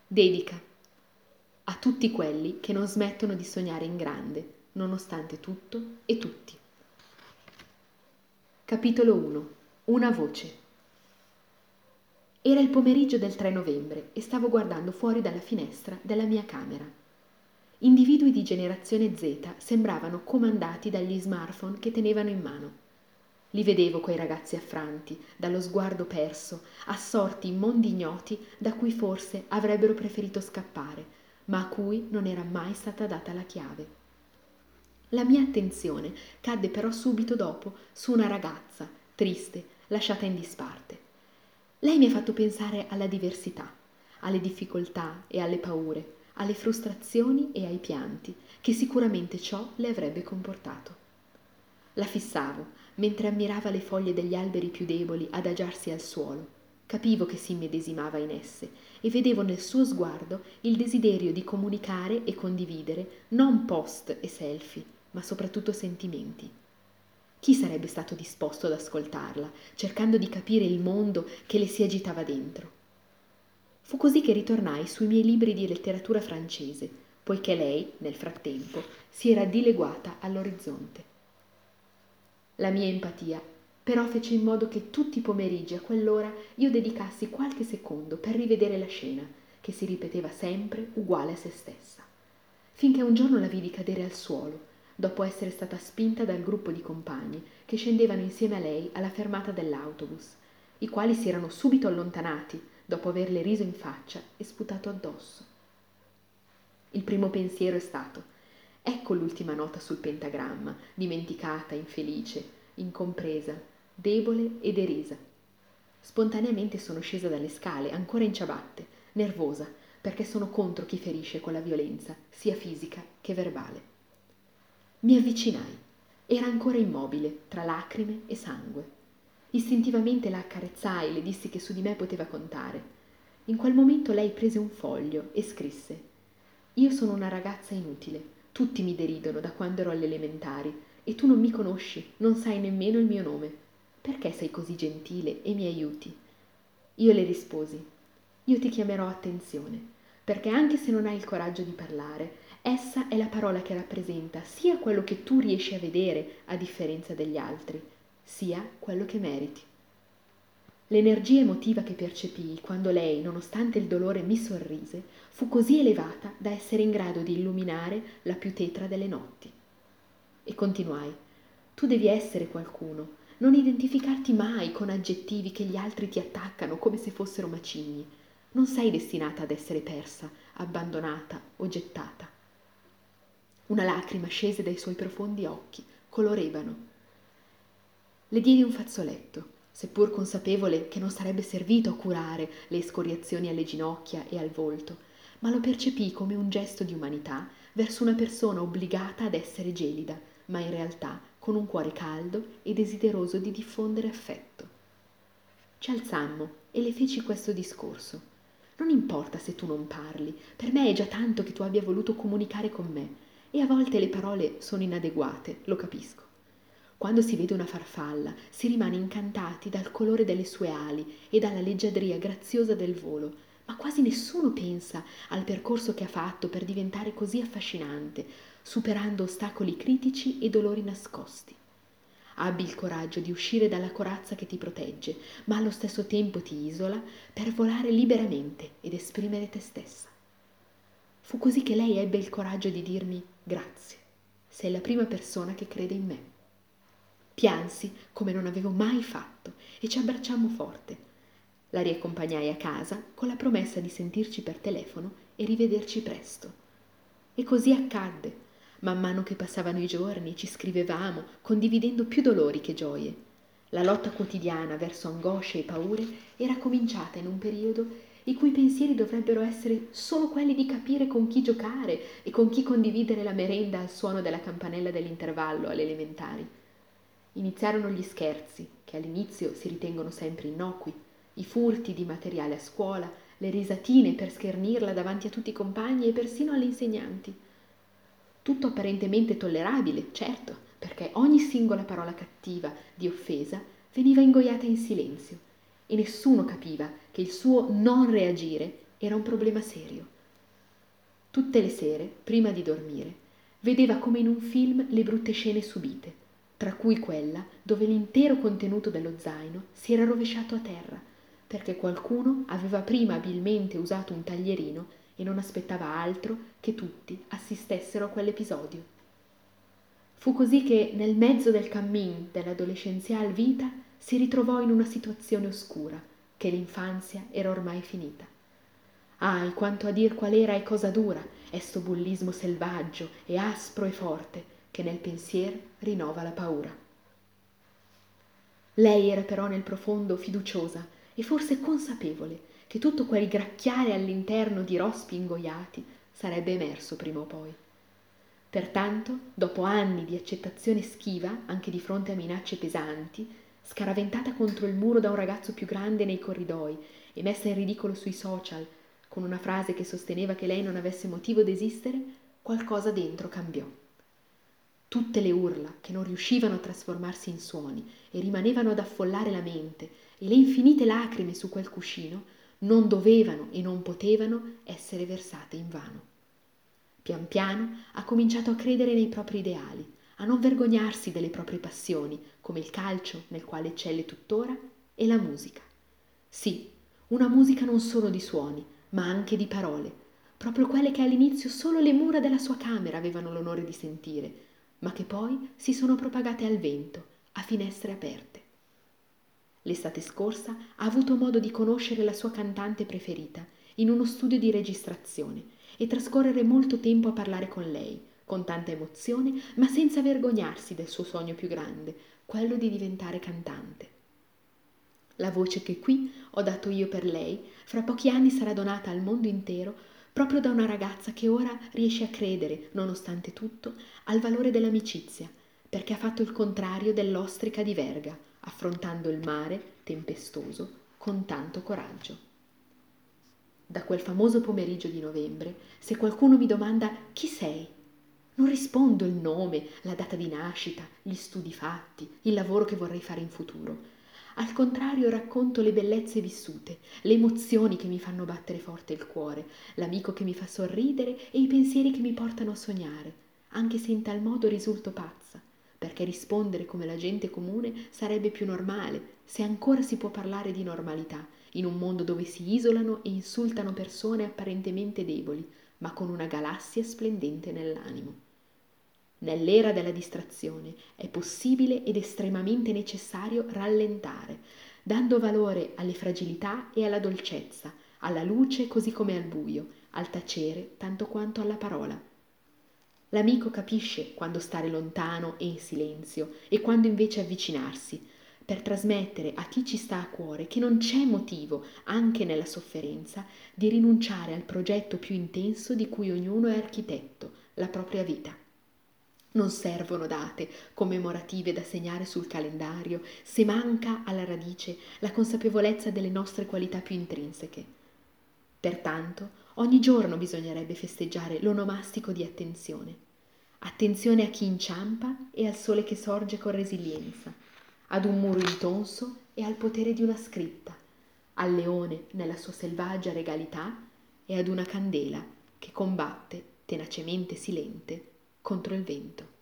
Dedica a tutti quelli che non smettono di sognare in grande, nonostante tutto e tutti. Capitolo 1. Una voce. Era il pomeriggio del 3 novembre e stavo guardando fuori dalla finestra della mia camera. Individui di generazione Z sembravano comandati dagli smartphone che tenevano in mano. Li vedevo quei ragazzi affranti, dallo sguardo perso, assorti in mondi ignoti da cui forse avrebbero preferito scappare, ma a cui non era mai stata data la chiave. La mia attenzione cadde però subito dopo su una ragazza, triste, lasciata in disparte. Lei mi ha fatto pensare alla diversità, alle difficoltà e alle paure, alle frustrazioni e ai pianti, che sicuramente ciò le avrebbe comportato. La fissavo, mentre ammirava le foglie degli alberi più deboli adagiarsi al suolo. Capivo che si immedesimava in esse e vedevo nel suo sguardo il desiderio di comunicare e condividere non post e selfie, ma soprattutto sentimenti. Chi sarebbe stato disposto ad ascoltarla, cercando di capire il mondo che le si agitava dentro? Fu così che ritornai sui miei libri di letteratura francese, poiché lei, nel frattempo, si era dileguata all'orizzonte. La mia empatia però fece in modo che tutti i pomeriggi a quell'ora io dedicassi qualche secondo per rivedere la scena, che si ripeteva sempre uguale a se stessa, finché un giorno la vidi cadere al suolo, dopo essere stata spinta dal gruppo di compagni che scendevano insieme a lei alla fermata dell'autobus, i quali si erano subito allontanati dopo averle riso in faccia e sputato addosso. Il primo pensiero è stato: ecco l'ultima nota sul pentagramma, dimenticata, infelice, incompresa, debole e derisa. Spontaneamente sono scesa dalle scale, ancora in ciabatte, nervosa, perché sono contro chi ferisce con la violenza, sia fisica che verbale. Mi avvicinai. Era ancora immobile, tra lacrime e sangue. Istintivamente la accarezzai e le dissi che su di me poteva contare. In quel momento lei prese un foglio e scrisse: io sono una ragazza inutile, tutti mi deridono da quando ero alle elementari e tu non mi conosci, non sai nemmeno il mio nome. Perché sei così gentile e mi aiuti? Io le risposi: io ti chiamerò attenzione, perché anche se non hai il coraggio di parlare, essa è la parola che rappresenta sia quello che tu riesci a vedere a differenza degli altri, sia quello che meriti. L'energia emotiva che percepii quando lei, nonostante il dolore, mi sorrise, fu così elevata da essere in grado di illuminare la più tetra delle notti. E continuai: tu devi essere qualcuno, non identificarti mai con aggettivi che gli altri ti attaccano come se fossero macigni. Non sei destinata ad essere persa, abbandonata o gettata. Una lacrima scese dai suoi profondi occhi, color ebano. Le diedi un fazzoletto, seppur consapevole che non sarebbe servito a curare le escoriazioni alle ginocchia e al volto, ma lo percepii come un gesto di umanità verso una persona obbligata ad essere gelida, ma in realtà con un cuore caldo e desideroso di diffondere affetto. Ci alzammo e le feci questo discorso. Non importa se tu non parli, per me è già tanto che tu abbia voluto comunicare con me, e a volte le parole sono inadeguate, lo capisco. Quando si vede una farfalla, si rimane incantati dal colore delle sue ali e dalla leggiadria graziosa del volo, ma quasi nessuno pensa al percorso che ha fatto per diventare così affascinante, superando ostacoli critici e dolori nascosti. Abbi il coraggio di uscire dalla corazza che ti protegge, ma allo stesso tempo ti isola, per volare liberamente ed esprimere te stessa. Fu così che lei ebbe il coraggio di dirmi: grazie, sei la prima persona che crede in me. Piansi come non avevo mai fatto e ci abbracciammo forte. La riaccompagnai a casa con la promessa di sentirci per telefono e rivederci presto. E così accadde. Man mano che passavano i giorni ci scrivevamo, condividendo più dolori che gioie. La lotta quotidiana verso angosce e paure era cominciata in un periodo i cui pensieri dovrebbero essere solo quelli di capire con chi giocare e con chi condividere la merenda al suono della campanella dell'intervallo alle elementari. Iniziarono gli scherzi, che all'inizio si ritengono sempre innocui, i furti di materiale a scuola, le risatine per schernirla davanti a tutti i compagni e persino alle insegnanti. Tutto apparentemente tollerabile, certo, perché ogni singola parola cattiva, di offesa, veniva ingoiata in silenzio e nessuno capiva che il suo non reagire era un problema serio. Tutte le sere, prima di dormire, vedeva come in un film le brutte scene subite, tra cui quella dove l'intero contenuto dello zaino si era rovesciato a terra, perché qualcuno aveva prima abilmente usato un taglierino e non aspettava altro che tutti assistessero a quell'episodio. Fu così che nel mezzo del cammin dell'adolescenzial vita si ritrovò in una situazione oscura, che l'infanzia era ormai finita. Ahi, quanto a dir qual era e cosa dura è sto bullismo selvaggio e aspro e forte, che nel pensier rinnova la paura. Lei era però nel profondo fiduciosa e forse consapevole che tutto quel gracchiare all'interno di rospi ingoiati sarebbe emerso prima o poi. Pertanto, dopo anni di accettazione schiva, anche di fronte a minacce pesanti, scaraventata contro il muro da un ragazzo più grande nei corridoi e messa in ridicolo sui social, con una frase che sosteneva che lei non avesse motivo d'esistere, qualcosa dentro cambiò. Tutte le urla che non riuscivano a trasformarsi in suoni e rimanevano ad affollare la mente e le infinite lacrime su quel cuscino non dovevano e non potevano essere versate invano. Pian piano ha cominciato a credere nei propri ideali, a non vergognarsi delle proprie passioni, come il calcio, nel quale eccelle tuttora, e la musica. Sì, una musica non solo di suoni, ma anche di parole, proprio quelle che all'inizio solo le mura della sua camera avevano l'onore di sentire, ma che poi si sono propagate al vento, a finestre aperte. L'estate scorsa ha avuto modo di conoscere la sua cantante preferita in uno studio di registrazione e trascorrere molto tempo a parlare con lei, con tanta emozione, ma senza vergognarsi del suo sogno più grande, quello di diventare cantante. La voce che qui ho dato io per lei, fra pochi anni sarà donata al mondo intero proprio da una ragazza che ora riesce a credere, nonostante tutto, al valore dell'amicizia, perché ha fatto il contrario dell'ostrica di verga, affrontando il mare tempestoso con tanto coraggio. Da quel famoso pomeriggio di novembre, se qualcuno mi domanda chi sei, non rispondo il nome, la data di nascita, gli studi fatti, il lavoro che vorrei fare in futuro. Al contrario racconto le bellezze vissute, le emozioni che mi fanno battere forte il cuore, l'amico che mi fa sorridere e i pensieri che mi portano a sognare, anche se in tal modo risulto pazza, perché rispondere come la gente comune sarebbe più normale, se ancora si può parlare di normalità, in un mondo dove si isolano e insultano persone apparentemente deboli, ma con una galassia splendente nell'animo. Nell'era della distrazione è possibile ed estremamente necessario rallentare, dando valore alle fragilità e alla dolcezza, alla luce così come al buio, al tacere tanto quanto alla parola. L'amico capisce quando stare lontano e in silenzio e quando invece avvicinarsi, per trasmettere a chi ci sta a cuore che non c'è motivo, anche nella sofferenza, di rinunciare al progetto più intenso di cui ognuno è architetto, la propria vita. Non servono date commemorative da segnare sul calendario se manca alla radice la consapevolezza delle nostre qualità più intrinseche. Pertanto, ogni giorno bisognerebbe festeggiare l'onomastico di attenzione. Attenzione a chi inciampa e al sole che sorge con resilienza, ad un muro intonso e al potere di una scritta, al leone nella sua selvaggia regalità e ad una candela che combatte, tenacemente silente, contro il vento.